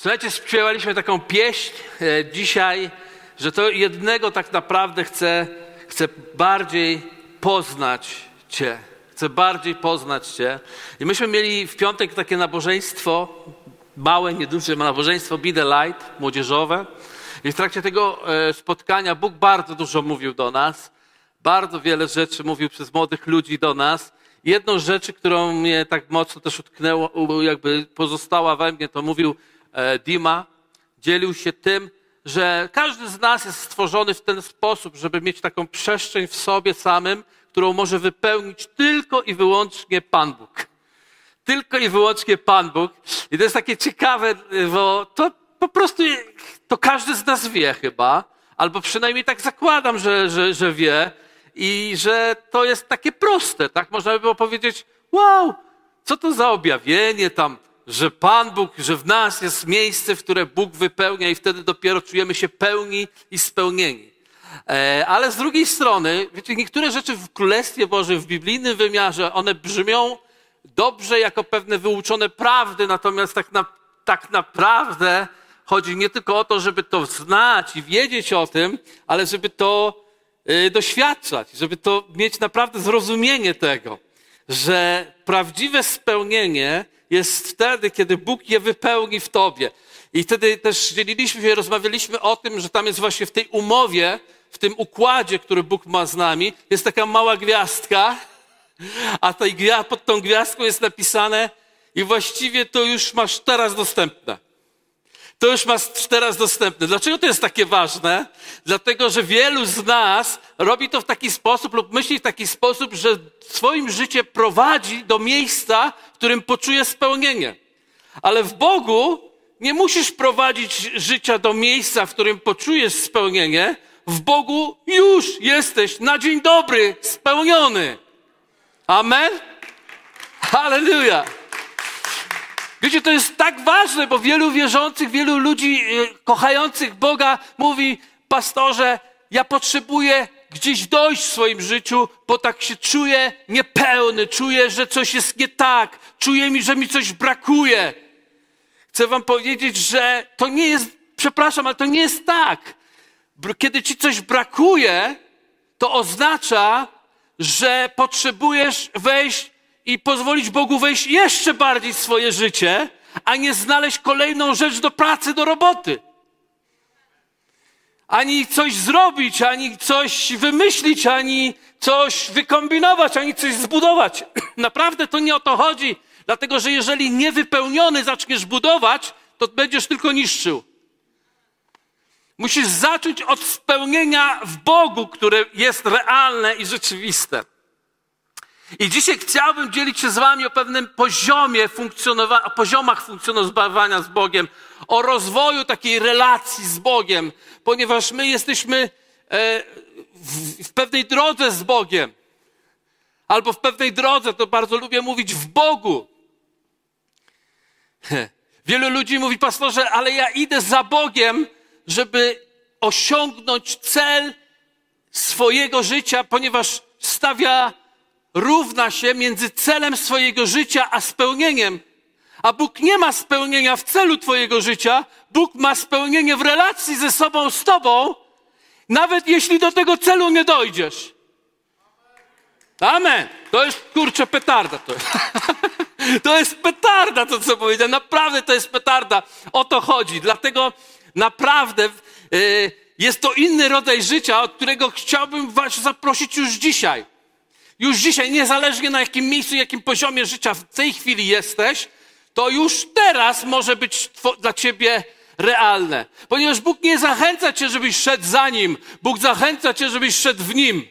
Słuchajcie, śpiewaliśmy taką pieśń dzisiaj, że to jednego tak naprawdę chcę bardziej poznać Cię. Chcę bardziej poznać Cię. I myśmy mieli w piątek takie nabożeństwo, małe, nieduże nabożeństwo Be the Light, młodzieżowe. I w trakcie tego spotkania Bóg bardzo dużo mówił do nas. Bardzo wiele rzeczy mówił przez młodych ludzi do nas. Jedną z rzeczy, którą mnie tak mocno też utknęło, jakby pozostała we mnie, to mówił Dima. Dzielił się tym, że każdy z nas jest stworzony w ten sposób, żeby mieć taką przestrzeń w sobie samym, którą może wypełnić tylko i wyłącznie Pan Bóg. Tylko i wyłącznie Pan Bóg. I to jest takie ciekawe, bo to po prostu to każdy z nas wie chyba, albo przynajmniej tak zakładam, że wie i że to jest takie proste, tak? Można by było powiedzieć, wow, co to za objawienie tam, że Pan Bóg, że w nas jest miejsce, w które Bóg wypełnia i wtedy dopiero czujemy się pełni i spełnieni. Ale z drugiej strony, wiecie, niektóre rzeczy w Królestwie Bożym, w biblijnym wymiarze, one brzmią dobrze jako pewne wyuczone prawdy, natomiast tak naprawdę chodzi nie tylko o to, żeby to znać i wiedzieć o tym, ale żeby to doświadczać, żeby to mieć naprawdę zrozumienie tego, że prawdziwe spełnienie jest wtedy, kiedy Bóg je wypełni w tobie. I wtedy też dzieliliśmy się, rozmawialiśmy o tym, że tam jest właśnie w tej umowie, w tym układzie, który Bóg ma z nami, jest taka mała gwiazdka, a pod tą gwiazdką jest napisane i właściwie to już masz teraz dostępne. To już masz teraz dostępne. Dlaczego to jest takie ważne? Dlatego, że wielu z nas robi to w taki sposób lub myśli w taki sposób, że swoim życie prowadzi do miejsca, w którym poczuje spełnienie. Ale w Bogu nie musisz prowadzić życia do miejsca, w którym poczujesz spełnienie. W Bogu już jesteś na dzień dobry spełniony. Amen? Halleluja! Wiecie, to jest tak ważne, bo wielu wierzących, wielu ludzi kochających Boga mówi, pastorze, ja potrzebuję gdzieś dojść w swoim życiu, bo tak się czuję niepełny, czuję, że coś jest nie tak, czuję, że mi coś brakuje. Chcę wam powiedzieć, że to nie jest, przepraszam, ale to nie jest tak. Kiedy ci coś brakuje, to oznacza, że potrzebujesz wejść i pozwolić Bogu wejść jeszcze bardziej w swoje życie, a nie znaleźć kolejną rzecz do pracy, do roboty. Ani coś zrobić, ani coś wymyślić, ani coś wykombinować, ani coś zbudować. Naprawdę to nie o to chodzi, dlatego że jeżeli niewypełniony zaczniesz budować, to będziesz tylko niszczył. Musisz zacząć od spełnienia w Bogu, które jest realne i rzeczywiste. I dzisiaj chciałbym dzielić się z wami o pewnym poziomach funkcjonowania z Bogiem, o rozwoju takiej relacji z Bogiem, ponieważ my jesteśmy w pewnej drodze z Bogiem. Albo w pewnej drodze, to bardzo lubię mówić, w Bogu. Wielu ludzi mówi, pastorze, ale ja idę za Bogiem, żeby osiągnąć cel swojego życia, ponieważ równa się między celem swojego życia a spełnieniem. A Bóg nie ma spełnienia w celu twojego życia, Bóg ma spełnienie w relacji ze sobą, z tobą, nawet jeśli do tego celu nie dojdziesz. Amen. To jest, kurczę, petarda. To jest petarda, to co powiedziałem. Naprawdę to jest petarda. O to chodzi. Dlatego naprawdę jest to inny rodzaj życia, od którego chciałbym was zaprosić już dzisiaj. Już dzisiaj, niezależnie na jakim miejscu, jakim poziomie życia w tej chwili jesteś, to już teraz może być dla ciebie realne. Ponieważ Bóg nie zachęca cię, żebyś szedł za Nim. Bóg zachęca cię, żebyś szedł w Nim.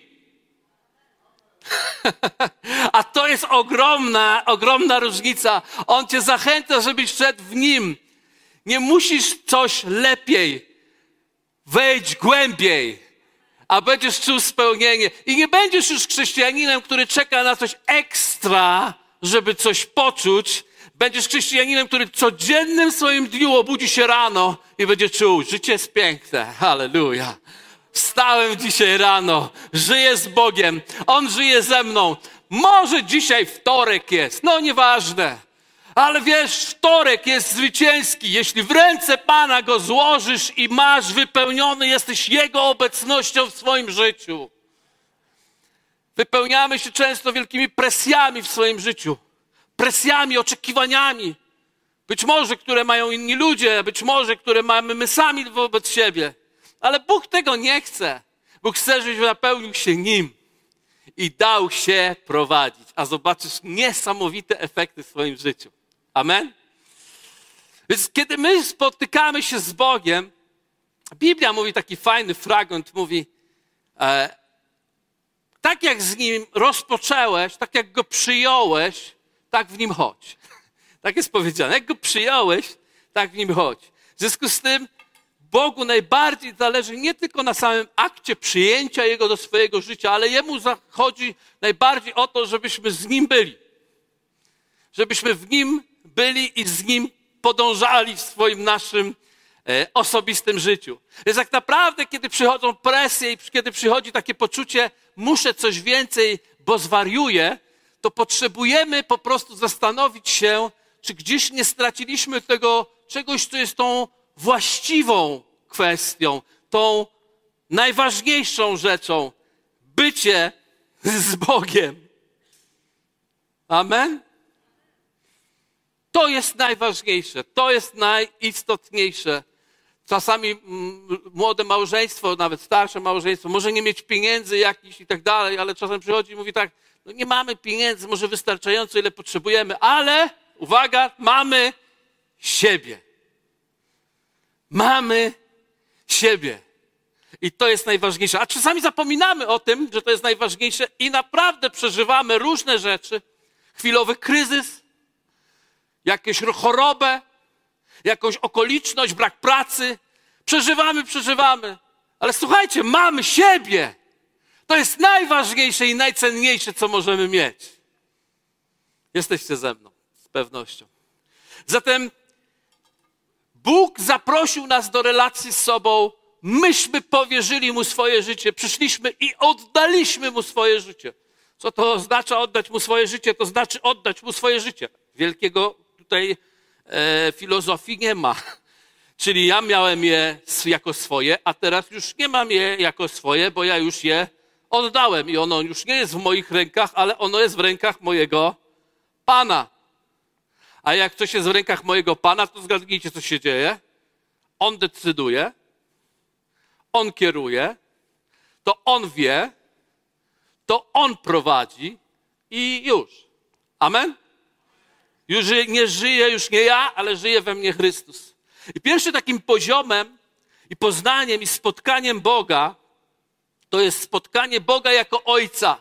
A to jest ogromna różnica. On cię zachęca, żebyś szedł w Nim. Nie musisz coś lepiej. Wejdź głębiej. A będziesz czuł spełnienie. I nie będziesz już chrześcijaninem, który czeka na coś ekstra, żeby coś poczuć. Będziesz chrześcijaninem, który w codziennym swoim dniu obudzi się rano i będzie czuł, życie jest piękne. Halleluja. Wstałem dzisiaj rano, żyję z Bogiem, On żyje ze mną. Może dzisiaj wtorek jest, no nieważne. Ale wiesz, wtorek jest zwycięski. Jeśli w ręce Pana go złożysz i masz wypełniony, jesteś Jego obecnością w swoim życiu. Wypełniamy się często wielkimi presjami w swoim życiu. Presjami, oczekiwaniami. Być może, które mają inni ludzie, być może, które mamy my sami wobec siebie. Ale Bóg tego nie chce. Bóg chce, żebyś napełnił się Nim i dał się prowadzić. A zobaczysz niesamowite efekty w swoim życiu. Amen? Więc kiedy my spotykamy się z Bogiem, Biblia mówi taki fajny fragment, mówi tak jak z Nim rozpocząłeś, tak jak Go przyjąłeś, tak w Nim chodź. Tak jest powiedziane. Jak Go przyjąłeś, tak w Nim chodź. W związku z tym Bogu najbardziej zależy nie tylko na samym akcie przyjęcia Jego do swojego życia, ale Jemu chodzi najbardziej o to, żebyśmy z Nim byli. Żebyśmy w Nim byli i z Nim podążali w swoim naszym osobistym życiu. Więc tak naprawdę, kiedy przychodzą presje i kiedy przychodzi takie poczucie, muszę coś więcej, bo zwariuję, to potrzebujemy po prostu zastanowić się, czy gdzieś nie straciliśmy tego czegoś, co jest tą właściwą kwestią, tą najważniejszą rzeczą, bycie z Bogiem. Amen? To jest najważniejsze, to jest najistotniejsze. Czasami młode małżeństwo, nawet starsze małżeństwo, może nie mieć pieniędzy jakichś i tak dalej, ale czasem przychodzi i mówi tak, no nie mamy pieniędzy, może wystarczająco, ile potrzebujemy, ale, uwaga, mamy siebie. Mamy siebie. I to jest najważniejsze. A czasami zapominamy o tym, że to jest najważniejsze i naprawdę przeżywamy różne rzeczy. Chwilowy kryzys, jakąś chorobę, jakąś okoliczność, brak pracy. Przeżywamy. Ale słuchajcie, mamy siebie. To jest najważniejsze i najcenniejsze, co możemy mieć. Jesteście ze mną, z pewnością. Zatem Bóg zaprosił nas do relacji z sobą. Myśmy powierzyli Mu swoje życie. Przyszliśmy i oddaliśmy Mu swoje życie. Co to oznacza oddać Mu swoje życie? To znaczy oddać Mu swoje życie. Wielkiego tutaj filozofii nie ma. Czyli ja miałem je jako swoje, a teraz już nie mam je jako swoje, bo ja już je oddałem. I ono już nie jest w moich rękach, ale ono jest w rękach mojego Pana. A jak coś jest w rękach mojego Pana, to zgadnijcie, co się dzieje. On decyduje, On kieruje, to On wie, to On prowadzi i już. Amen? Już nie żyję, już nie ja, ale żyje we mnie Chrystus. I pierwszym takim poziomem i poznaniem i spotkaniem Boga to jest spotkanie Boga jako Ojca.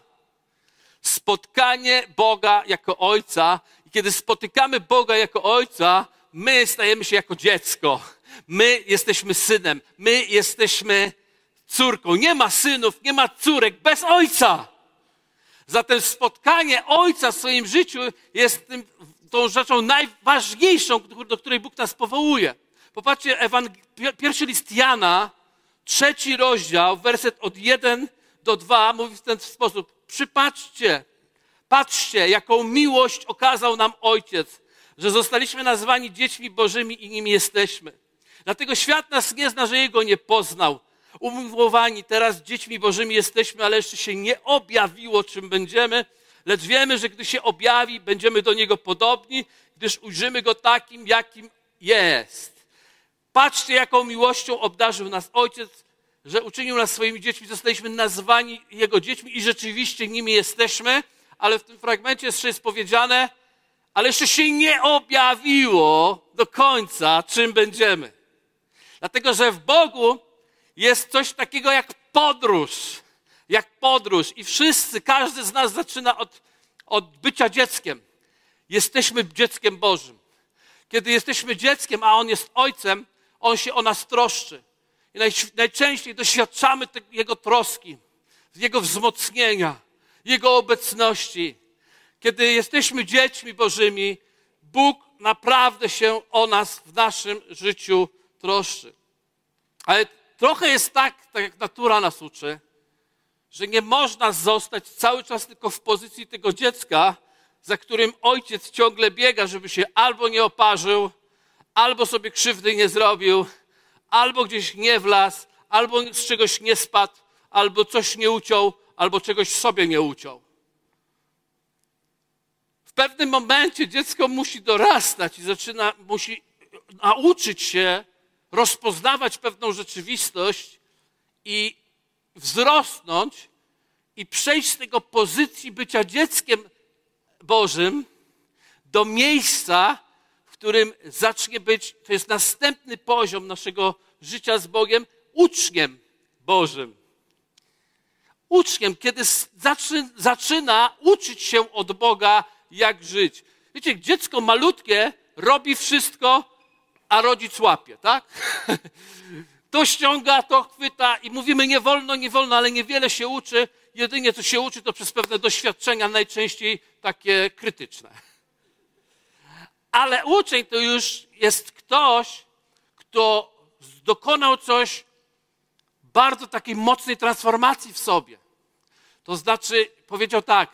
Spotkanie Boga jako Ojca. I kiedy spotykamy Boga jako Ojca, my stajemy się jako dziecko. My jesteśmy synem. My jesteśmy córką. Nie ma synów, nie ma córek bez Ojca. Zatem spotkanie Ojca w swoim życiu jest tą rzeczą najważniejszą, do której Bóg nas powołuje. Popatrzcie, pierwszy list Jana, 3 rozdział, werset od 1 do 2 mówi w ten sposób. Przypatrzcie, patrzcie, jaką miłość okazał nam Ojciec, że zostaliśmy nazwani dziećmi Bożymi i nimi jesteśmy. Dlatego świat nas nie zna, że Jego nie poznał. Umiłowani, teraz dziećmi Bożymi jesteśmy, ale jeszcze się nie objawiło, czym będziemy, lecz wiemy, że gdy się objawi, będziemy do Niego podobni, gdyż ujrzymy Go takim, jakim jest. Patrzcie, jaką miłością obdarzył nas Ojciec, że uczynił nas swoimi dziećmi, zostaliśmy nazwani Jego dziećmi i rzeczywiście nimi jesteśmy, ale w tym fragmencie jest powiedziane, ale jeszcze się nie objawiło do końca, czym będziemy. Dlatego, że w Bogu jest coś takiego jak podróż. Jak podróż. I wszyscy, każdy z nas zaczyna od bycia dzieckiem. Jesteśmy dzieckiem Bożym. Kiedy jesteśmy dzieckiem, a On jest Ojcem, On się o nas troszczy. I najczęściej doświadczamy Jego troski, Jego wzmocnienia, Jego obecności. Kiedy jesteśmy dziećmi Bożymi, Bóg naprawdę się o nas w naszym życiu troszczy. Ale trochę jest tak jak natura nas uczy, że nie można zostać cały czas tylko w pozycji tego dziecka, za którym ojciec ciągle biega, żeby się albo nie oparzył, albo sobie krzywdy nie zrobił, albo gdzieś nie wlazł, albo z czegoś nie spadł, albo coś nie uciął, albo czegoś sobie nie uciął. W pewnym momencie dziecko musi dorastać i musi nauczyć się rozpoznawać pewną rzeczywistość i wzrosnąć i przejść z tego pozycji bycia dzieckiem Bożym do miejsca, w którym zacznie być, to jest następny poziom naszego życia z Bogiem, uczniem Bożym. Uczniem, kiedy zaczyna uczyć się od Boga, jak żyć. Wiecie, dziecko malutkie robi wszystko, a rodzic łapie, tak? To ściąga, to chwyta i mówimy nie wolno, ale niewiele się uczy. Jedynie co się uczy, to przez pewne doświadczenia, najczęściej takie krytyczne. Ale uczeń to już jest ktoś, kto dokonał coś bardzo takiej mocnej transformacji w sobie. To znaczy powiedział tak,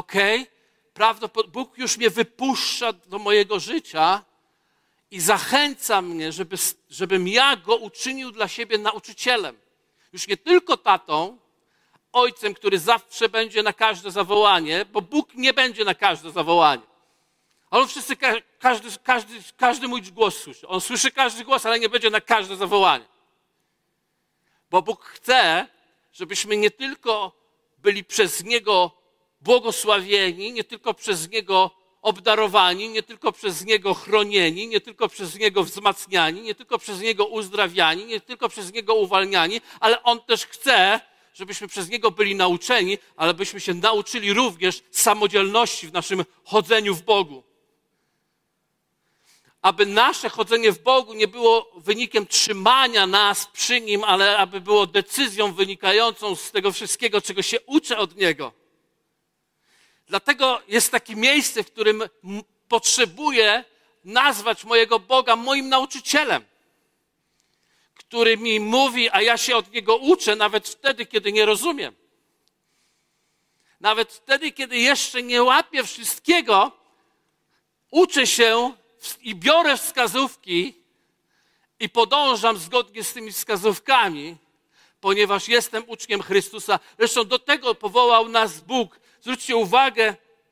Bóg już mnie wypuszcza do mojego życia i zachęca mnie, żebym ja go uczynił dla siebie nauczycielem. Już nie tylko tatą, ojcem, który zawsze będzie na każde zawołanie, bo Bóg nie będzie na każde zawołanie. Ale on wszyscy, każdy mój głos słyszy. On słyszy każdy głos, ale nie będzie na każde zawołanie. Bo Bóg chce, żebyśmy nie tylko byli przez Niego błogosławieni, nie tylko przez Niego obdarowani, nie tylko przez Niego chronieni, nie tylko przez Niego wzmacniani, nie tylko przez Niego uzdrawiani, nie tylko przez Niego uwalniani, ale On też chce, żebyśmy przez Niego byli nauczeni, ale byśmy się nauczyli również samodzielności w naszym chodzeniu w Bogu. Aby nasze chodzenie w Bogu nie było wynikiem trzymania nas przy Nim, ale aby było decyzją wynikającą z tego wszystkiego, czego się uczę od Niego. Dlatego jest takie miejsce, w którym potrzebuję nazwać mojego Boga moim nauczycielem, który mi mówi, a ja się od Niego uczę nawet wtedy, kiedy nie rozumiem. Nawet wtedy, kiedy jeszcze nie łapię wszystkiego, uczę się i biorę wskazówki i podążam zgodnie z tymi wskazówkami, ponieważ jestem uczniem Chrystusa. Zresztą do tego powołał nas Bóg. Zwróćcie uwagę,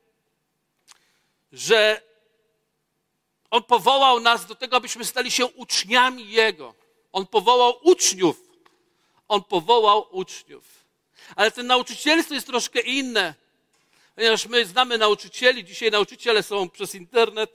że On powołał nas do tego, abyśmy stali się uczniami Jego. On powołał uczniów. On powołał uczniów. Ale to nauczycielstwo jest troszkę inne. Ponieważ my znamy nauczycieli. Dzisiaj nauczyciele są przez internet,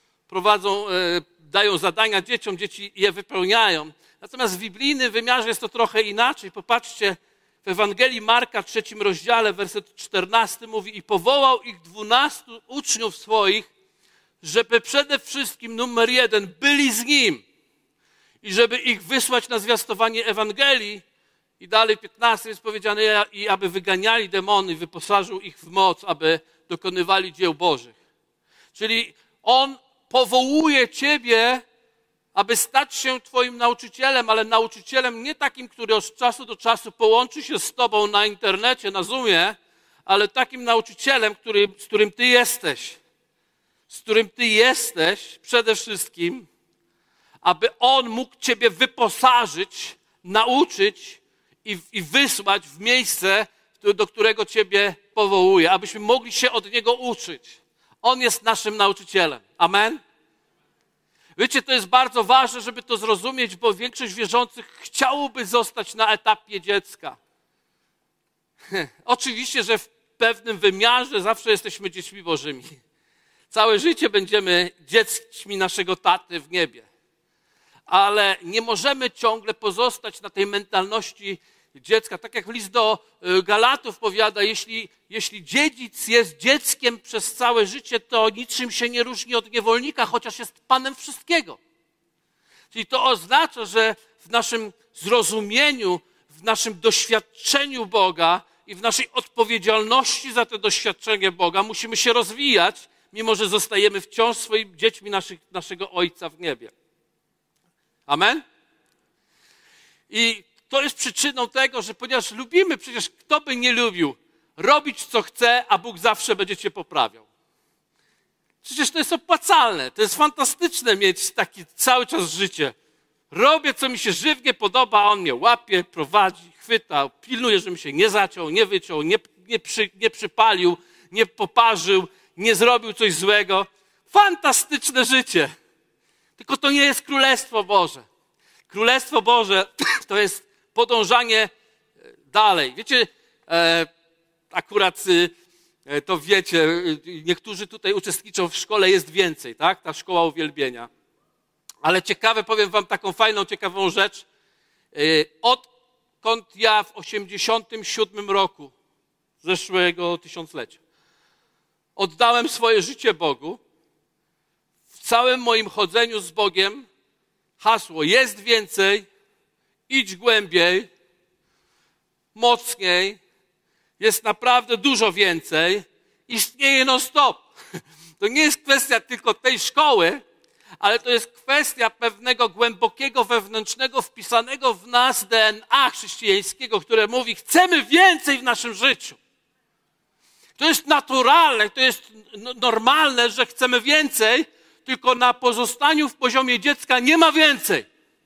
dają zadania dzieciom, dzieci je wypełniają. Natomiast w biblijnym wymiarze jest to trochę inaczej. Popatrzcie, w Ewangelii Marka, 3 rozdziale, werset 14 mówi: i powołał ich 12 uczniów swoich, żeby przede wszystkim, numer 1, byli z Nim i żeby ich wysłać na zwiastowanie Ewangelii. I dalej 15 jest powiedziane, i aby wyganiali demony, wyposażył ich w moc, aby dokonywali dzieł Bożych. Czyli On powołuje ciebie, aby stać się twoim nauczycielem, ale nauczycielem nie takim, który od czasu do czasu połączy się z tobą na internecie, na Zoomie, ale takim nauczycielem, z którym ty jesteś. Z którym ty jesteś przede wszystkim, aby On mógł ciebie wyposażyć, nauczyć i wysłać w miejsce, do którego ciebie powołuje, abyśmy mogli się od Niego uczyć. On jest naszym nauczycielem. Amen? Wiecie, to jest bardzo ważne, żeby to zrozumieć, bo większość wierzących chciałoby zostać na etapie dziecka. Oczywiście, że w pewnym wymiarze zawsze jesteśmy dziećmi Bożymi. Całe życie będziemy dziećmi naszego taty w niebie. Ale nie możemy ciągle pozostać na tej mentalności dziecka. Tak jak list do Galatów powiada, jeśli dziedzic jest dzieckiem przez całe życie, to niczym się nie różni od niewolnika, chociaż jest panem wszystkiego. Czyli to oznacza, że w naszym zrozumieniu, w naszym doświadczeniu Boga i w naszej odpowiedzialności za to doświadczenie Boga musimy się rozwijać, mimo że zostajemy wciąż swoimi dziećmi naszego Ojca w niebie. Amen? I to jest przyczyną tego, że ponieważ lubimy, przecież kto by nie lubił robić co chce, a Bóg zawsze będzie cię poprawiał. Przecież to jest opłacalne, to jest fantastyczne mieć takie cały czas życie. Robię, co mi się żywnie podoba, a on mnie łapie, prowadzi, chwyta, pilnuje, żebym się nie zaciął, nie wyciął, nie przypalił, nie poparzył, nie zrobił coś złego. Fantastyczne życie. Tylko to nie jest Królestwo Boże. Królestwo Boże to jest podążanie dalej. Wiecie, akurat to wiecie, niektórzy tutaj uczestniczą w szkole Jest Więcej, tak? Ta szkoła uwielbienia. Ale ciekawe, powiem wam taką fajną, ciekawą rzecz. Odkąd ja w 87 roku zeszłego tysiąclecia oddałem swoje życie Bogu, w całym moim chodzeniu z Bogiem hasło jest więcej, idź głębiej, mocniej, jest naprawdę dużo więcej, istnieje non-stop. To nie jest kwestia tylko tej szkoły, ale to jest kwestia pewnego głębokiego, wewnętrznego, wpisanego w nas DNA chrześcijańskiego, które mówi, chcemy więcej w naszym życiu. To jest naturalne, to jest normalne, że chcemy więcej, tylko na pozostaniu w poziomie dziecka nie ma więcej.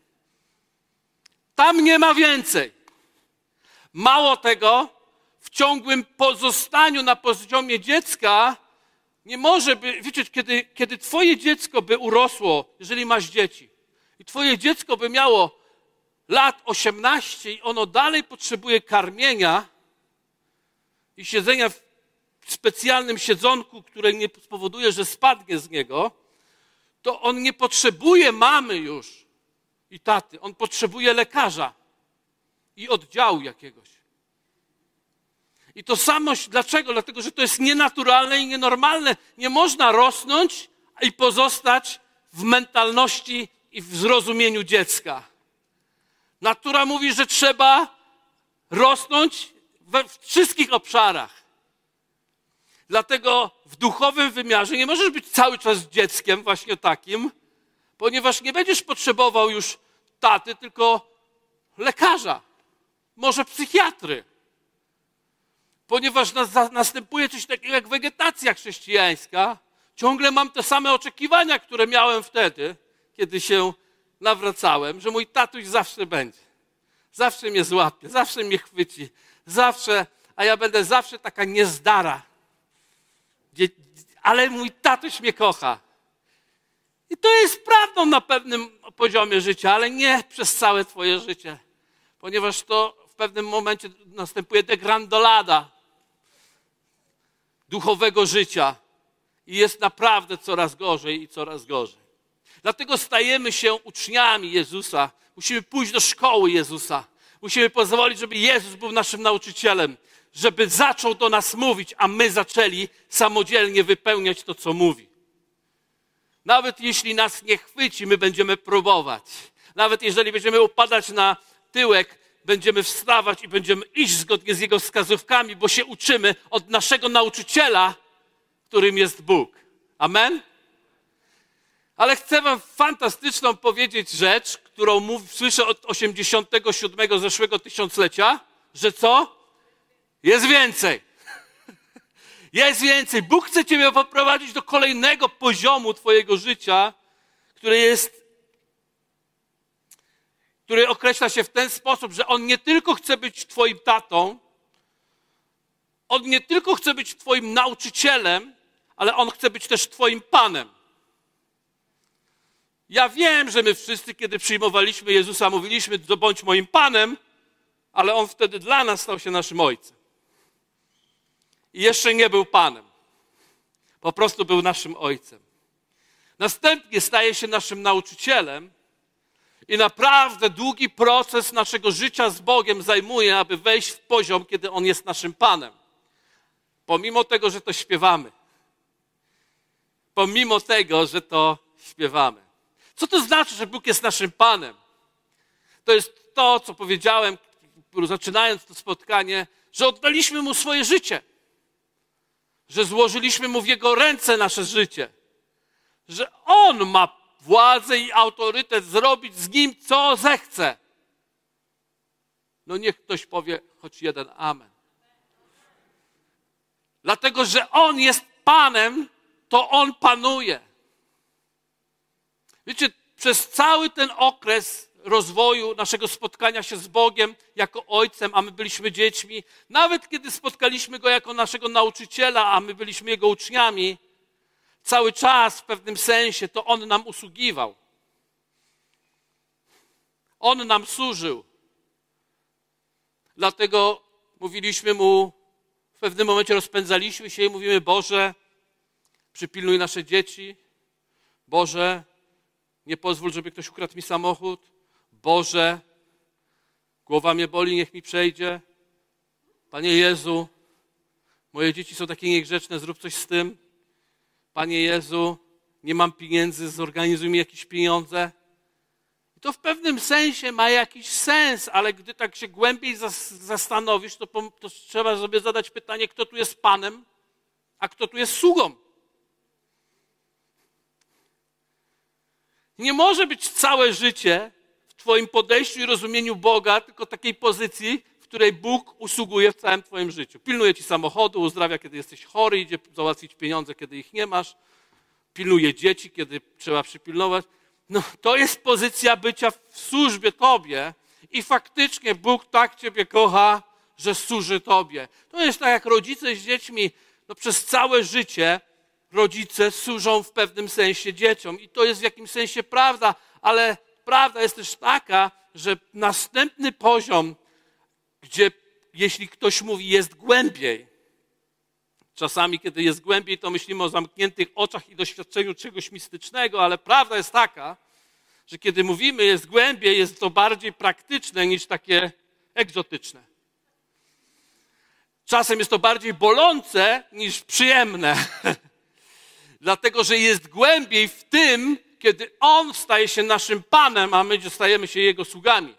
Tam nie ma więcej. Mało tego, w ciągłym pozostaniu na poziomie dziecka nie może być, wiecie, kiedy twoje dziecko by urosło, jeżeli masz dzieci, i twoje dziecko by miało lat 18 i ono dalej potrzebuje karmienia i siedzenia w specjalnym siedzonku, które nie spowoduje, że spadnie z niego, to on nie potrzebuje mamy już i taty. On potrzebuje lekarza i oddziału jakiegoś. I to samo, dlaczego? Dlatego, że to jest nienaturalne i nienormalne. Nie można rosnąć i pozostać w mentalności i w zrozumieniu dziecka. Natura mówi, że trzeba rosnąć we wszystkich obszarach. Dlatego w duchowym wymiarze nie możesz być cały czas dzieckiem właśnie takim, ponieważ nie będziesz potrzebował już taty, tylko lekarza, może psychiatry. Ponieważ następuje coś takiego jak wegetacja chrześcijańska, ciągle mam te same oczekiwania, które miałem wtedy, kiedy się nawracałem, że mój tatuś zawsze będzie. Zawsze mnie złapie, zawsze mnie chwyci, zawsze, a ja będę zawsze taka niezdara. Ale mój tatuś mnie kocha. I to jest prawdą na pewnym poziomie życia, ale nie przez całe twoje życie. Ponieważ to w pewnym momencie następuje degrandolada duchowego życia i jest naprawdę coraz gorzej i coraz gorzej. Dlatego stajemy się uczniami Jezusa. Musimy pójść do szkoły Jezusa. Musimy pozwolić, żeby Jezus był naszym nauczycielem, żeby zaczął do nas mówić, a my zaczęli samodzielnie wypełniać to, co mówi. Nawet jeśli nas nie chwyci, my będziemy próbować. Nawet jeżeli będziemy upadać na tyłek, będziemy wstawać i będziemy iść zgodnie z Jego wskazówkami, bo się uczymy od naszego nauczyciela, którym jest Bóg. Amen? Ale chcę wam fantastyczną powiedzieć rzecz, którą słyszę od 87 zeszłego tysiąclecia, że co? Jest więcej. Jest więcej. Bóg chce ciebie poprowadzić do kolejnego poziomu twojego życia, który określa się w ten sposób, że On nie tylko chce być twoim tatą, On nie tylko chce być twoim nauczycielem, ale On chce być też twoim Panem. Ja wiem, że my wszyscy, kiedy przyjmowaliśmy Jezusa, mówiliśmy, bądź moim Panem, ale On wtedy dla nas stał się naszym Ojcem. I jeszcze nie był Panem. Po prostu był naszym Ojcem. Następnie staje się naszym nauczycielem i naprawdę długi proces naszego życia z Bogiem zajmuje, aby wejść w poziom, kiedy On jest naszym Panem. Pomimo tego, że to śpiewamy. Pomimo tego, że to śpiewamy. Co to znaczy, że Bóg jest naszym Panem? To jest to, co powiedziałem, zaczynając to spotkanie, że oddaliśmy Mu swoje życie. Że złożyliśmy Mu w Jego ręce nasze życie. Że On ma władzę i autorytet zrobić z Nim, co zechce. No niech ktoś powie choć jeden amen. Dlatego, że On jest Panem, to On panuje. Wiecie, przez cały ten okres rozwoju naszego spotkania się z Bogiem jako Ojcem, a my byliśmy dziećmi, nawet kiedy spotkaliśmy Go jako naszego nauczyciela, a my byliśmy Jego uczniami, cały czas w pewnym sensie to On nam usługiwał. On nam służył. Dlatego mówiliśmy Mu, w pewnym momencie rozpędzaliśmy się i mówimy: Boże, przypilnuj nasze dzieci. Boże, nie pozwól, żeby ktoś ukradł mi samochód. Boże, głowa mnie boli, niech mi przejdzie. Panie Jezu, moje dzieci są takie niegrzeczne, zrób coś z tym. Panie Jezu, nie mam pieniędzy, zorganizuj mi jakieś pieniądze. I to w pewnym sensie ma jakiś sens, ale gdy tak się głębiej zastanowisz, to trzeba sobie zadać pytanie, kto tu jest Panem, a kto tu jest sługą. Nie może być całe życie w Twoim podejściu i rozumieniu Boga tylko takiej pozycji, w której Bóg usługuje w całym Twoim życiu. Pilnuje Ci samochodu, uzdrawia, kiedy jesteś chory, idzie załatwić pieniądze, kiedy ich nie masz, pilnuje dzieci, kiedy trzeba przypilnować. No, to jest pozycja bycia w służbie Tobie i faktycznie Bóg tak Ciebie kocha, że służy Tobie. To jest tak jak rodzice z dziećmi. No, przez całe życie rodzice służą w pewnym sensie dzieciom i to jest w jakimś sensie prawda, ale prawda jest też taka, że następny poziom, gdzie jeśli ktoś mówi jest głębiej, czasami kiedy jest głębiej, to myślimy o zamkniętych oczach i doświadczeniu czegoś mistycznego, ale prawda jest taka, że kiedy mówimy jest głębiej, jest to bardziej praktyczne niż takie egzotyczne. Czasem jest to bardziej bolące niż przyjemne. Dlatego, że jest głębiej w tym, kiedy On staje się naszym Panem, a my stajemy się Jego sługami.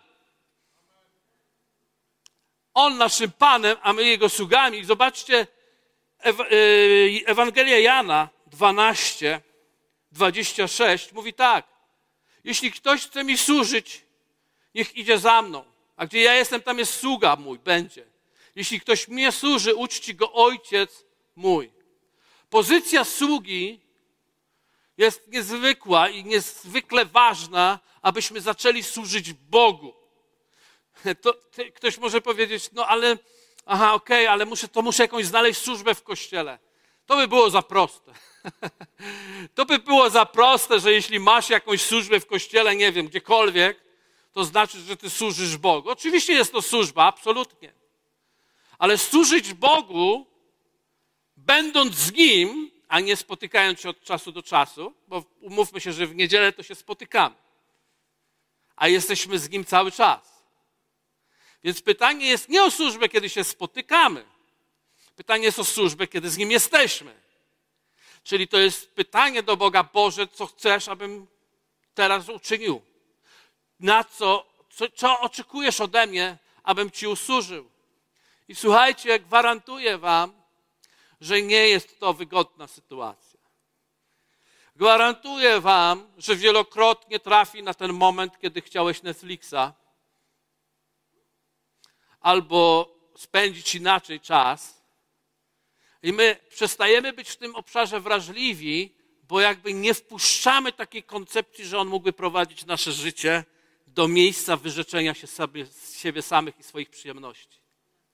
On naszym Panem, a my Jego sługami. I zobaczcie, Ewangelia Jana 12, 26 mówi tak: jeśli ktoś chce mi służyć, niech idzie za mną. A gdzie ja jestem, tam jest sługa mój, będzie. Jeśli ktoś mnie służy, uczci go Ojciec mój. Pozycja sługi jest niezwykła i niezwykle ważna, abyśmy zaczęli służyć Bogu. Ktoś może powiedzieć, no ale, ale muszę jakąś znaleźć służbę w Kościele. To by było za proste. To by było za proste, że jeśli masz jakąś służbę w Kościele, nie wiem, gdziekolwiek, to znaczy, że ty służysz Bogu. Oczywiście jest to służba, absolutnie. Ale służyć Bogu, będąc z Nim, a nie spotykając się od czasu do czasu, bo umówmy się, że w niedzielę to się spotykamy, a jesteśmy z Nim cały czas. Więc pytanie jest nie o służbę, kiedy się spotykamy. Pytanie jest o służbę, kiedy z Nim jesteśmy. Czyli to jest pytanie do Boga: Boże, co chcesz, abym teraz uczynił? Co oczekujesz ode mnie, abym Ci usłużył? I słuchajcie, gwarantuję wam, że nie jest to wygodna sytuacja. Gwarantuję wam, że wielokrotnie trafi na ten moment, kiedy chciałeś Netflixa albo spędzić inaczej czas i my przestajemy być w tym obszarze wrażliwi, bo jakby nie wpuszczamy takiej koncepcji, że On mógłby prowadzić nasze życie do miejsca wyrzeczenia się z siebie samych i swoich przyjemności.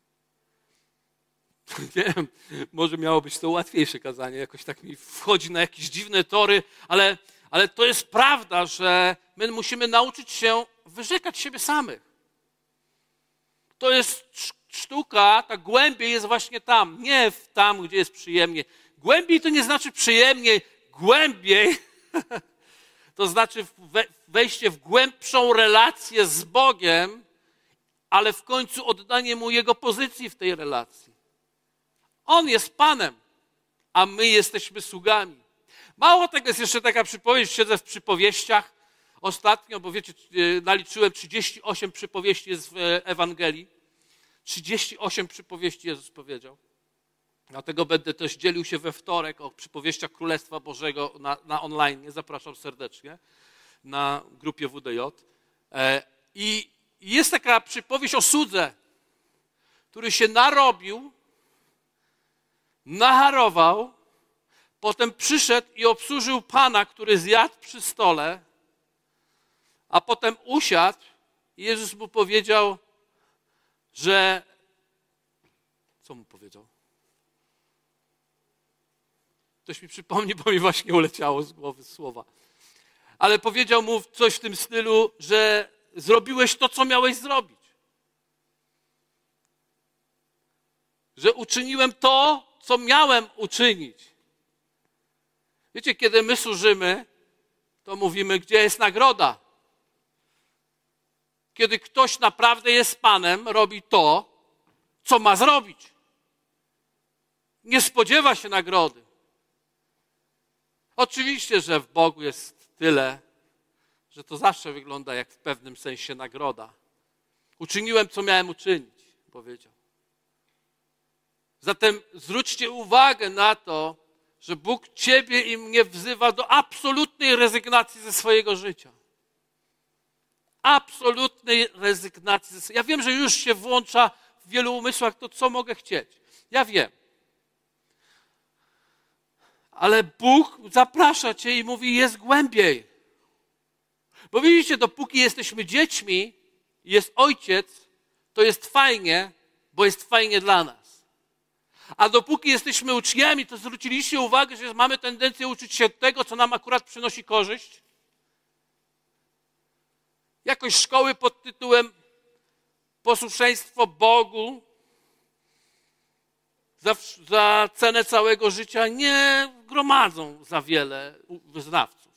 Nie wiem, może miało być to łatwiejsze kazanie, jakoś tak mi wchodzi na jakieś dziwne tory, ale to jest prawda, że my musimy nauczyć się wyrzekać siebie samych. To jest sztuka, ta głębiej jest właśnie tam, nie tam, gdzie jest przyjemnie. Głębiej to nie znaczy przyjemnie, głębiej to znaczy wejście w głębszą relację z Bogiem, ale w końcu oddanie Mu Jego pozycji w tej relacji. On jest Panem, a my jesteśmy sługami. Mało tego, jest jeszcze taka przypowieść, siedzę w przypowieściach ostatnio, bo wiecie, naliczyłem 38 przypowieści jest w Ewangelii. 38 przypowieści Jezus powiedział. Dlatego będę też dzielił się we wtorek o przypowieściach Królestwa Bożego na online. Zapraszam serdecznie na grupie WDJ. I jest taka przypowieść o słudze, który się narobił, naharował, Potem przyszedł i obsłużył Pana, który zjadł przy stole, a potem usiadł i Jezus mu powiedział, że... Co mu powiedział? Ktoś mi przypomni, bo mi właśnie uleciało z głowy słowa. Ale powiedział mu coś w tym stylu, że zrobiłeś to, co miałeś zrobić. Że uczyniłem to, co miałem uczynić. Wiecie, kiedy my służymy, to mówimy, gdzie jest nagroda. Kiedy ktoś naprawdę jest Panem, robi to, co ma zrobić. Nie spodziewa się nagrody. Oczywiście, że w Bogu jest tyle, że to zawsze wygląda jak w pewnym sensie nagroda. Uczyniłem, co miałem uczynić, powiedział. Zatem zwróćcie uwagę na to, że Bóg ciebie i mnie wzywa do absolutnej rezygnacji ze swojego życia. Absolutnej rezygnacji. Ja wiem, że już się włącza w wielu umysłach to, co mogę chcieć. Ja wiem. Ale Bóg zaprasza cię i mówi, jest głębiej. Bo widzicie, dopóki jesteśmy dziećmi, jest ojciec, to jest fajnie, bo jest fajnie dla nas. A dopóki jesteśmy uczniami, to zwróciliście uwagę, że mamy tendencję uczyć się tego, co nam akurat przynosi korzyść? Jakoś szkoły pod tytułem posłuszeństwo Bogu za cenę całego życia nie gromadzą za wiele wyznawców.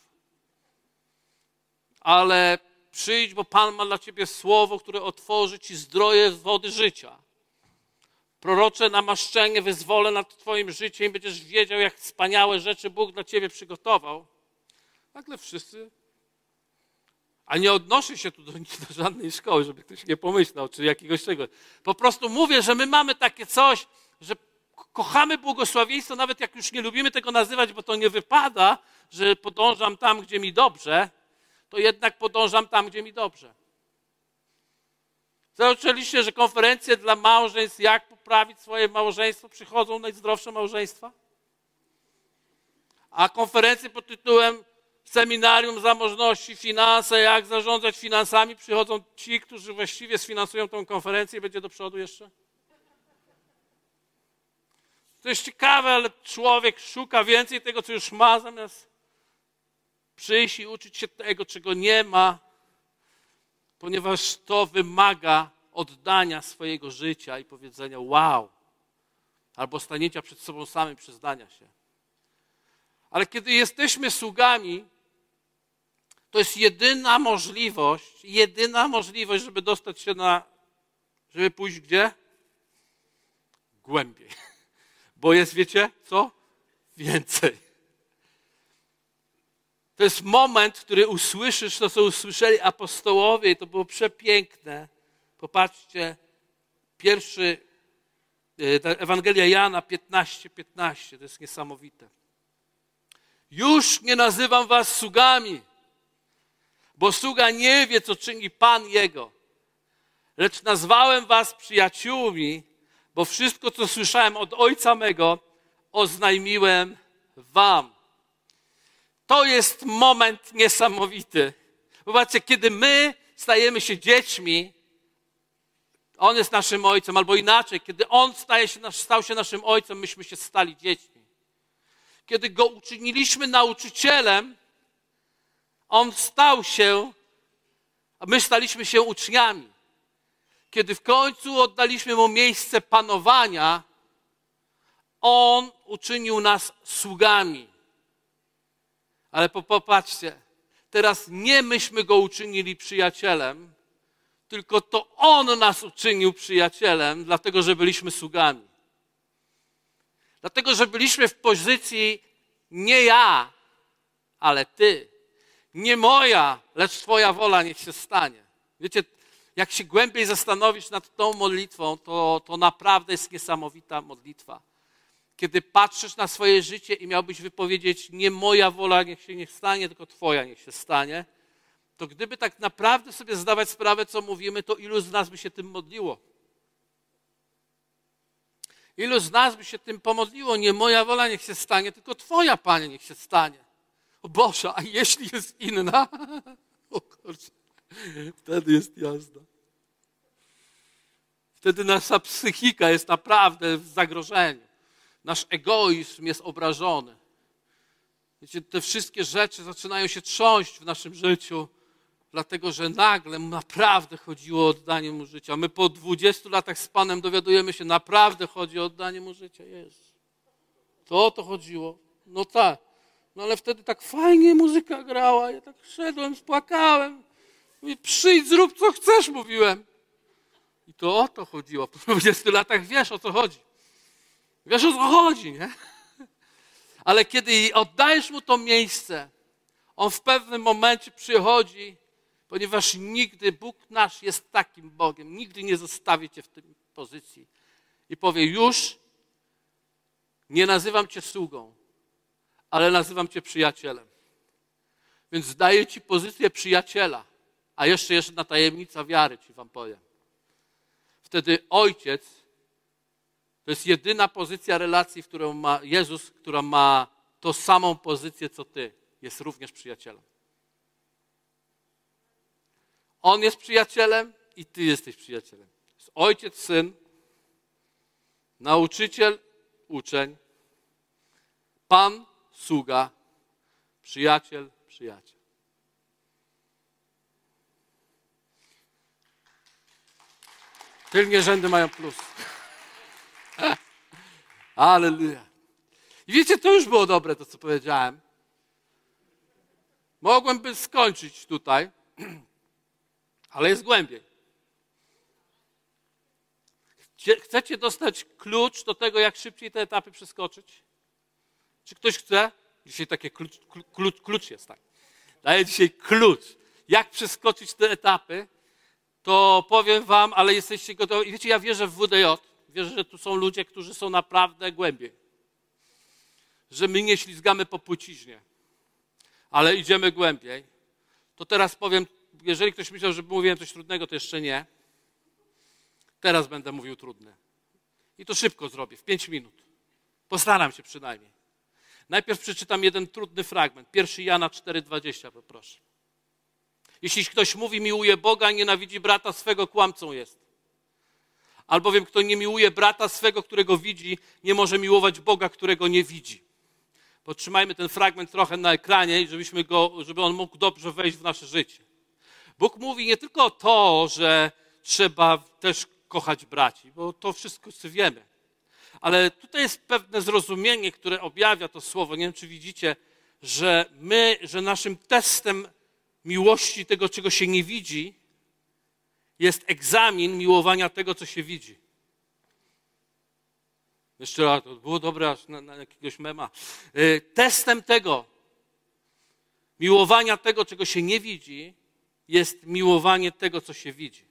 Ale przyjdź, bo Pan ma dla ciebie słowo, które otworzy ci zdroje wody życia. Prorocze namaszczenie wyzwolę nad twoim życiem i będziesz wiedział, jak wspaniałe rzeczy Bóg dla ciebie przygotował. Nagle wszyscy... A nie odnoszę się tu do żadnej szkoły, żeby ktoś nie pomyślał, czy jakiegoś czegoś. Po prostu mówię, że my mamy takie coś, że kochamy błogosławieństwo, nawet jak już nie lubimy tego nazywać, bo to nie wypada, że podążam tam, gdzie mi dobrze, to jednak podążam tam, gdzie mi dobrze. Zaczęliście, że konferencje dla małżeństw, jak poprawić swoje małżeństwo, przychodzą najzdrowsze małżeństwa? A konferencje pod tytułem Seminarium Zamożności, Finanse, jak zarządzać finansami, przychodzą ci, którzy właściwie sfinansują tą konferencję i będzie do przodu jeszcze? To jest ciekawe, ale człowiek szuka więcej tego, co już ma, zamiast przyjść i uczyć się tego, czego nie ma, ponieważ to wymaga oddania swojego życia i powiedzenia wow, albo stanięcia przed sobą samym, przyznania się. Ale kiedy jesteśmy sługami, to jest jedyna możliwość, żeby dostać się żeby pójść gdzie? Głębiej. Bo jest, wiecie, co? Więcej. To jest moment, w którym usłyszysz to, co usłyszeli apostołowie i to było przepiękne. Popatrzcie, Ewangelia Jana 15:15, to jest niesamowite. Już nie nazywam was sługami, bo sługa nie wie, co czyni Pan jego. Lecz nazwałem was przyjaciółmi, bo wszystko, co słyszałem od Ojca mego, oznajmiłem wam. To jest moment niesamowity. Zobaczcie, kiedy my stajemy się dziećmi, On jest naszym Ojcem, albo inaczej, kiedy On stał się naszym Ojcem, myśmy się stali dziećmi. Kiedy Go uczyniliśmy nauczycielem, On stał się, a my staliśmy się uczniami. Kiedy w końcu oddaliśmy Mu miejsce panowania, On uczynił nas sługami. Ale popatrzcie, teraz nie myśmy Go uczynili przyjacielem, tylko to On nas uczynił przyjacielem, dlatego że byliśmy sługami. Dlatego, że byliśmy w pozycji nie ja, ale Ty. Nie moja, lecz Twoja wola niech się stanie. Wiecie, jak się głębiej zastanowisz nad tą modlitwą, to naprawdę jest niesamowita modlitwa. Kiedy patrzysz na swoje życie i miałbyś wypowiedzieć nie moja wola niech się nie stanie, tylko Twoja niech się stanie, to gdyby tak naprawdę sobie zdawać sprawę, co mówimy, to ilu z nas by się tym modliło? Ilu z nas by się tym pomodliło? Nie moja wola niech się stanie, tylko Twoja, Panie, niech się stanie. O Boże, a jeśli jest inna? O kurczę, wtedy jest jazda. Wtedy nasza psychika jest naprawdę w zagrożeniu. Nasz egoizm jest obrażony. Wiecie, te wszystkie rzeczy zaczynają się trząść w naszym życiu, dlatego że nagle naprawdę chodziło o oddanie mu życia. My po 20 latach z Panem dowiadujemy się, naprawdę chodzi o oddanie mu życia. Jest. To o to chodziło. No tak. No ale wtedy tak fajnie muzyka grała. Ja tak szedłem, spłakałem. Mówię, przyjdź, zrób co chcesz, mówiłem. I to o to chodziło. Po 20 latach wiesz, o co chodzi. Wiesz, o co chodzi, nie? Ale kiedy oddajesz mu to miejsce, on w pewnym momencie przychodzi, ponieważ nigdy Bóg nasz jest takim Bogiem, nigdy nie zostawi cię w tej pozycji i powie, już nie nazywam cię sługą, ale nazywam cię przyjacielem. Więc daję ci pozycję przyjaciela, a jeszcze jedna tajemnica wiary ci wam powiem. Wtedy Ojciec to jest jedyna pozycja relacji, w którą ma Jezus, która ma tą samą pozycję, co ty. Jest również przyjacielem. On jest przyjacielem i ty jesteś przyjacielem. Jest Ojciec, Syn, nauczyciel, uczeń, Pan, sługa, przyjaciel, przyjaciel. Tylnie rzędy mają plus. Alleluja. I wiecie, to już było dobre, to co powiedziałem. Mogłem skończyć tutaj, ale jest głębiej. Chcecie dostać klucz do tego, jak szybciej te etapy przeskoczyć? Czy ktoś chce? Dzisiaj taki klucz jest, tak. Daję dzisiaj klucz. Jak przeskoczyć te etapy, to powiem wam, ale jesteście gotowi. Wiecie, ja wierzę w WDJ. Wierzę, że tu są ludzie, którzy są naprawdę głębiej. Że my nie ślizgamy po płciźnie, ale idziemy głębiej. To teraz powiem, jeżeli ktoś myślał, że mówiłem coś trudnego, to jeszcze nie. Teraz będę mówił trudne. I to szybko zrobię, w 5 minut. Postaram się przynajmniej. Najpierw przeczytam jeden trudny fragment. 1 Jana 4,20, poproszę. Jeśli ktoś mówi, miłuje Boga, a nienawidzi brata swego, kłamcą jest. Albowiem kto nie miłuje brata swego, którego widzi, nie może miłować Boga, którego nie widzi. Podtrzymajmy ten fragment trochę na ekranie, żeby on mógł dobrze wejść w nasze życie. Bóg mówi nie tylko to, że trzeba też kochać braci, bo to wszystko wiemy. Ale tutaj jest pewne zrozumienie, które objawia to słowo. Nie wiem, czy widzicie, że naszym testem miłości tego, czego się nie widzi, jest egzamin miłowania tego, co się widzi. Jeszcze raz, to było dobre aż na jakiegoś mema. Testem tego miłowania tego, czego się nie widzi, jest miłowanie tego, co się widzi.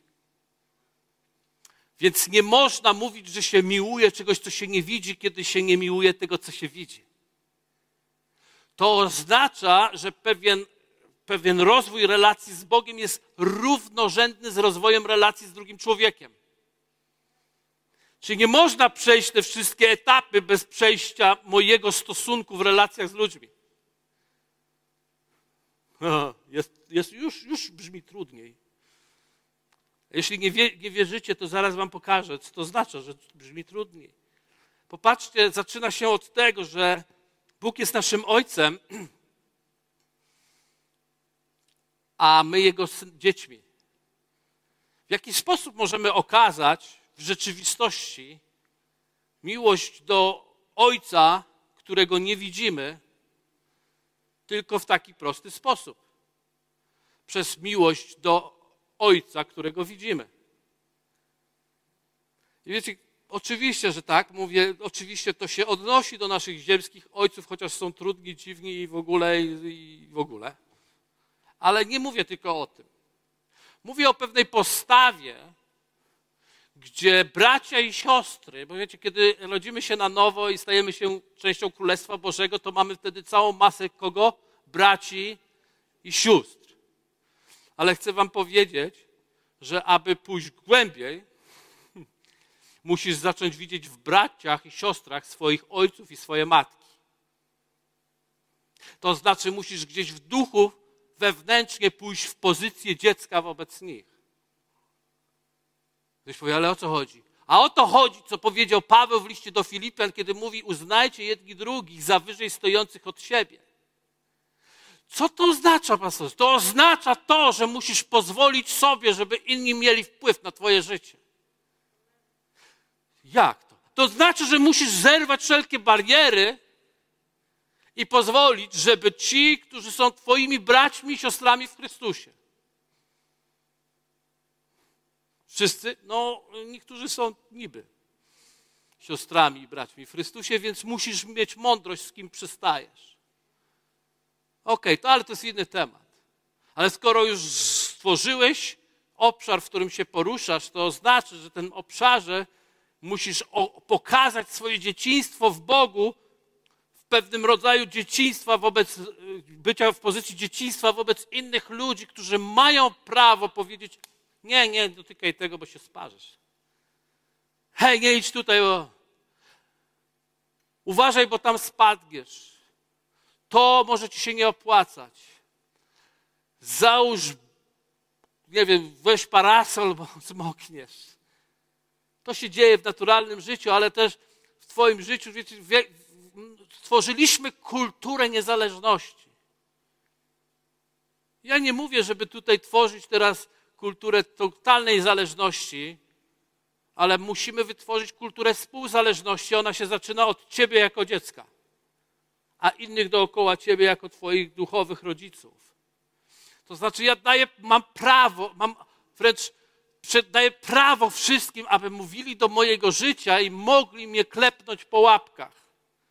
Więc nie można mówić, że się miłuje czegoś, co się nie widzi, kiedy się nie miłuje tego, co się widzi. To oznacza, że pewien rozwój relacji z Bogiem jest równorzędny z rozwojem relacji z drugim człowiekiem. Czyli nie można przejść te wszystkie etapy bez przejścia mojego stosunku w relacjach z ludźmi. Już brzmi trudniej. Jeśli nie wierzycie, to zaraz wam pokażę, co to oznacza, że brzmi trudniej. Popatrzcie, zaczyna się od tego, że Bóg jest naszym Ojcem, a my Jego dziećmi. W jaki sposób możemy okazać w rzeczywistości miłość do Ojca, którego nie widzimy, tylko w taki prosty sposób. Przez miłość do Ojca, którego widzimy. I wiecie, oczywiście, że tak, mówię, oczywiście to się odnosi do naszych ziemskich ojców, chociaż są trudni, dziwni i w ogóle. Ale nie mówię tylko o tym. Mówię o pewnej postawie, gdzie bracia i siostry, bo wiecie, kiedy rodzimy się na nowo i stajemy się częścią Królestwa Bożego, to mamy wtedy całą masę kogo? Braci i sióstr. Ale chcę wam powiedzieć, że aby pójść głębiej, Musisz zacząć widzieć w braciach i siostrach swoich ojców i swoje matki. To znaczy musisz gdzieś w duchu wewnętrznie pójść w pozycję dziecka wobec nich. Ktoś powie, ale o co chodzi? A o to chodzi, co powiedział Paweł w liście do Filipian, kiedy mówi, uznajcie jedni drugich za wyżej stojących od siebie. Co to oznacza, pastorze? To oznacza to, że musisz pozwolić sobie, żeby inni mieli wpływ na twoje życie. Jak to? To znaczy, że musisz zerwać wszelkie bariery i pozwolić, żeby ci, którzy są twoimi braćmi i siostrami w Chrystusie. Wszyscy? No, niektórzy są niby siostrami i braćmi w Chrystusie, więc musisz mieć mądrość, z kim przystajesz. Okej, ale to jest inny temat. Ale skoro już stworzyłeś obszar, w którym się poruszasz, to oznacza, że w tym obszarze musisz pokazać swoje dzieciństwo w Bogu, w pewnym rodzaju dzieciństwa wobec, bycia w pozycji dzieciństwa wobec innych ludzi, którzy mają prawo powiedzieć, nie dotykaj tego, bo się sparzesz. Hej, nie idź tutaj, bo uważaj, bo tam spadniesz. To może ci się nie opłacać. Załóż, nie wiem, weź parasol, bo zmokniesz. To się dzieje w naturalnym życiu, ale też w twoim życiu. Wiecie, stworzyliśmy kulturę niezależności. Ja nie mówię, żeby tutaj tworzyć teraz kulturę totalnej zależności, ale musimy wytworzyć kulturę współzależności. Ona się zaczyna od ciebie jako dziecka, a innych dookoła ciebie jako twoich duchowych rodziców. To znaczy mam prawo, daję prawo wszystkim, aby mówili do mojego życia i mogli mnie klepnąć po łapkach.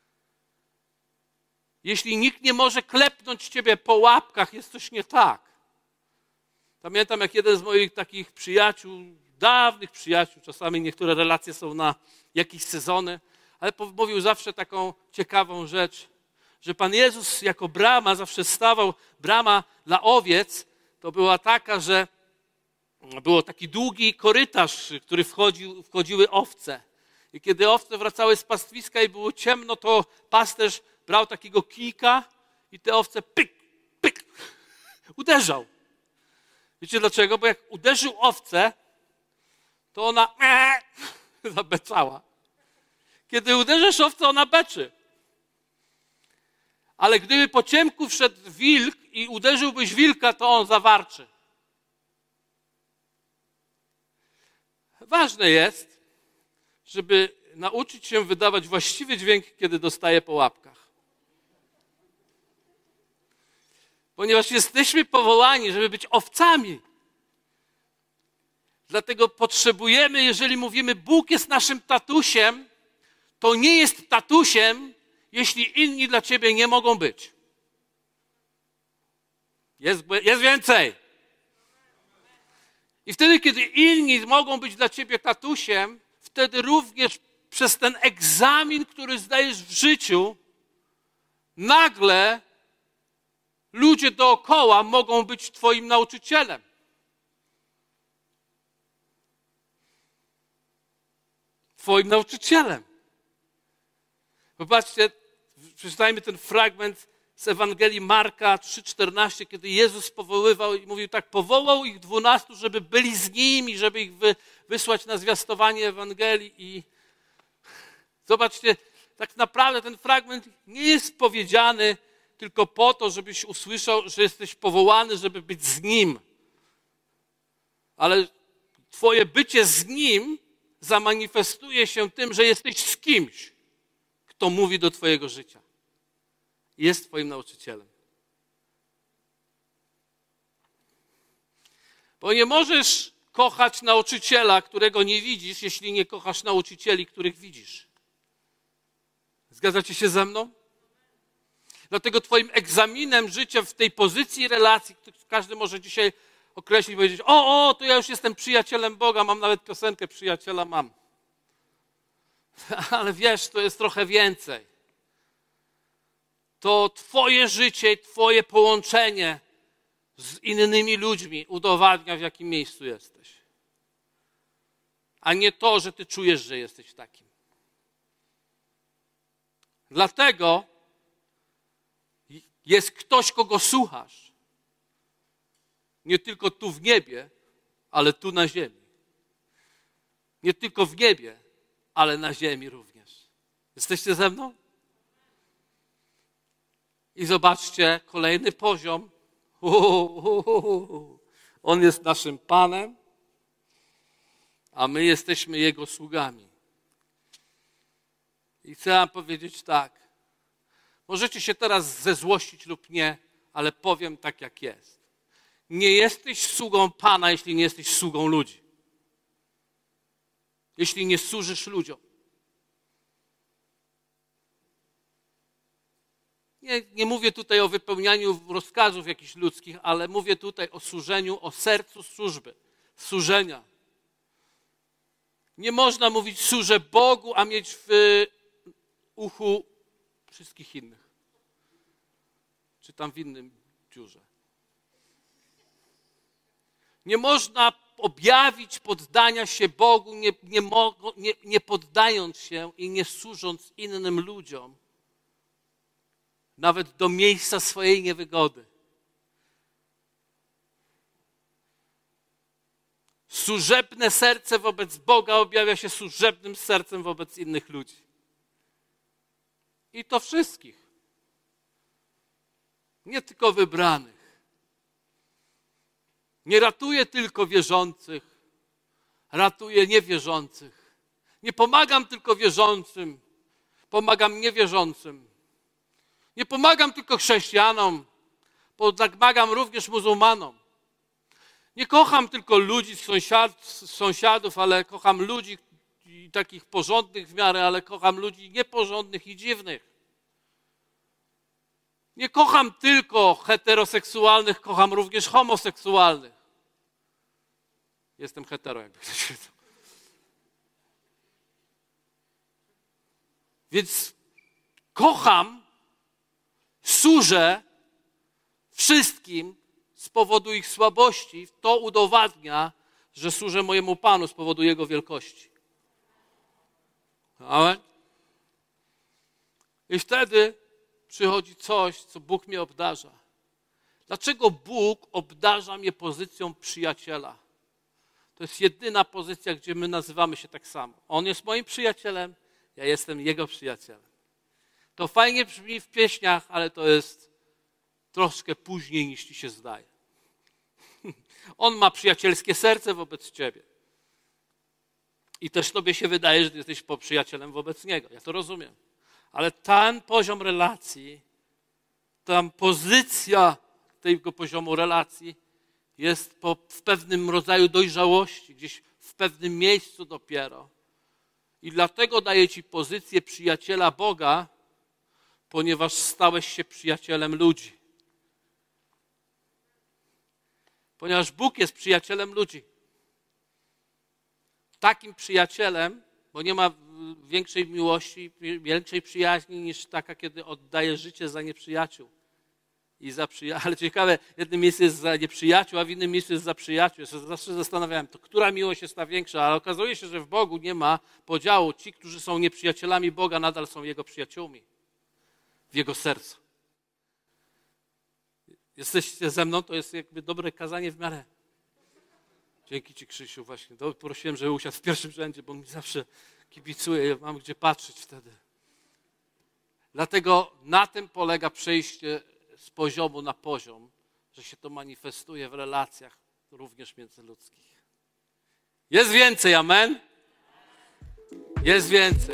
Jeśli nikt nie może klepnąć ciebie po łapkach, jest coś nie tak. Pamiętam, jak jeden z moich takich przyjaciół, dawnych przyjaciół, czasami niektóre relacje są na jakieś sezony, ale mówił zawsze taką ciekawą rzecz, że Pan Jezus jako brama zawsze stawał, brama dla owiec, to była taka, że było taki długi korytarz, który wchodziły owce. I kiedy owce wracały z pastwiska i było ciemno, to pasterz brał takiego kijka i te owce pyk, pyk, uderzał. Wiecie dlaczego? Bo jak uderzył owcę, to ona zabeczała. Kiedy uderzysz owcę, ona beczy. Ale gdyby po ciemku wszedł wilk i uderzyłbyś wilka, to on zawarczy. Ważne jest, żeby nauczyć się wydawać właściwy dźwięk, kiedy dostaje po łapkach. Ponieważ jesteśmy powołani, żeby być owcami. Dlatego potrzebujemy, jeżeli mówimy, Bóg jest naszym tatusiem, to nie jest tatusiem, jeśli inni dla ciebie nie mogą być. Jest więcej. I wtedy, kiedy inni mogą być dla ciebie tatusiem, wtedy również przez ten egzamin, który zdajesz w życiu, nagle ludzie dookoła mogą być twoim nauczycielem. Twoim nauczycielem. Popatrzcie, przeczytajmy ten fragment z Ewangelii Marka 3,14, kiedy Jezus powoływał i mówił tak, powołał ich 12, żeby byli z nimi, żeby ich wysłać na zwiastowanie Ewangelii. I zobaczcie, tak naprawdę ten fragment nie jest powiedziany tylko po to, żebyś usłyszał, że jesteś powołany, żeby być z Nim. Ale twoje bycie z Nim zamanifestuje się tym, że jesteś z kimś, kto mówi do twojego życia. Jest twoim nauczycielem. Bo nie możesz kochać nauczyciela, którego nie widzisz, jeśli nie kochasz nauczycieli, których widzisz. Zgadzacie się ze mną? Dlatego twoim egzaminem życia w tej pozycji relacji, każdy może dzisiaj określić i powiedzieć, to ja już jestem przyjacielem Boga, mam nawet piosenkę Przyjaciela mam. Ale wiesz, to jest trochę więcej. To twoje życie, twoje połączenie z innymi ludźmi udowadnia, w jakim miejscu jesteś. a nie to, że ty czujesz, że jesteś takim. Dlatego jest ktoś, kogo słuchasz. Nie tylko tu w niebie, ale tu na ziemi. Nie tylko w niebie, ale na ziemi również. Jesteście ze mną? I zobaczcie, kolejny poziom. On jest naszym Panem, a my jesteśmy Jego sługami. I chcę wam powiedzieć tak. Możecie się teraz zezłościć lub nie, ale powiem tak, jak jest. Nie jesteś sługą Pana, jeśli nie jesteś sługą ludzi. Jeśli nie służysz ludziom. Nie mówię tutaj o wypełnianiu rozkazów jakichś ludzkich, ale mówię tutaj o służeniu, o sercu służby, służenia. Nie można mówić służę Bogu, a mieć w uchu wszystkich innych. Czy tam w innym dziurze. Nie można objawić poddania się Bogu, nie poddając się i nie służąc innym ludziom, nawet do miejsca swojej niewygody. Służebne serce wobec Boga objawia się służebnym sercem wobec innych ludzi. I to wszystkich. Nie tylko wybranych. Nie ratuje tylko wierzących, ratuje niewierzących. Nie pomagam tylko wierzącym, pomagam niewierzącym. Nie pomagam tylko chrześcijanom, pomagam również muzułmanom. Nie kocham tylko ludzi, sąsiadów, ale kocham ludzi takich porządnych w miarę, ale kocham ludzi nieporządnych i dziwnych. Nie kocham tylko heteroseksualnych, kocham również homoseksualnych. Jestem hetero, jakby ktoś wiedział. Więc kocham, służę wszystkim z powodu ich słabości. To udowadnia, że służę mojemu Panu z powodu Jego wielkości. Amen. I wtedy przychodzi coś, co Bóg mnie obdarza. Dlaczego Bóg obdarza mnie pozycją przyjaciela? To jest jedyna pozycja, gdzie my nazywamy się tak samo. On jest moim przyjacielem, ja jestem Jego przyjacielem. To fajnie brzmi w pieśniach, ale to jest troszkę później, niż ci się zdaje. On ma przyjacielskie serce wobec ciebie. I też tobie się wydaje, że ty jesteś przyjacielem wobec Niego. Ja to rozumiem. Ale ten poziom relacji, ta pozycja tego poziomu relacji jest w pewnym rodzaju dojrzałości, gdzieś w pewnym miejscu dopiero. I dlatego daje ci pozycję przyjaciela Boga, ponieważ stałeś się przyjacielem ludzi. Ponieważ Bóg jest przyjacielem ludzi. Takim przyjacielem, bo nie ma większej miłości, większej przyjaźni niż taka, kiedy oddaje życie za nieprzyjaciół. Ale ciekawe, w jednym miejscu jest za nieprzyjaciół, a w innym miejscu jest za przyjaciół. Ja się zawsze zastanawiałem, to która miłość jest ta większa, ale okazuje się, że w Bogu nie ma podziału. Ci, którzy są nieprzyjacielami Boga, nadal są Jego przyjaciółmi. W Jego sercu. Jesteście ze mną? To jest jakby dobre kazanie w miarę. Dzięki Ci, Krzysiu, właśnie. Prosiłem, żeby usiadł w pierwszym rzędzie, bo mi zawsze kibicuje, mam gdzie patrzeć wtedy. Dlatego na tym polega przejście z poziomu na poziom, że się to manifestuje w relacjach również międzyludzkich. Jest więcej, amen? Jest więcej.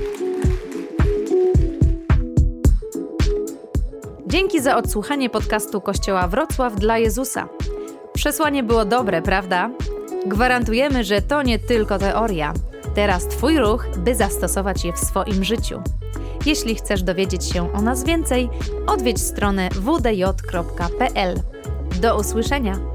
Dzięki za odsłuchanie podcastu Kościoła Wrocław dla Jezusa. Przesłanie było dobre, prawda? Gwarantujemy, że to nie tylko teoria. Teraz Twój ruch, by zastosować je w swoim życiu. Jeśli chcesz dowiedzieć się o nas więcej, odwiedź stronę wdj.pl. Do usłyszenia!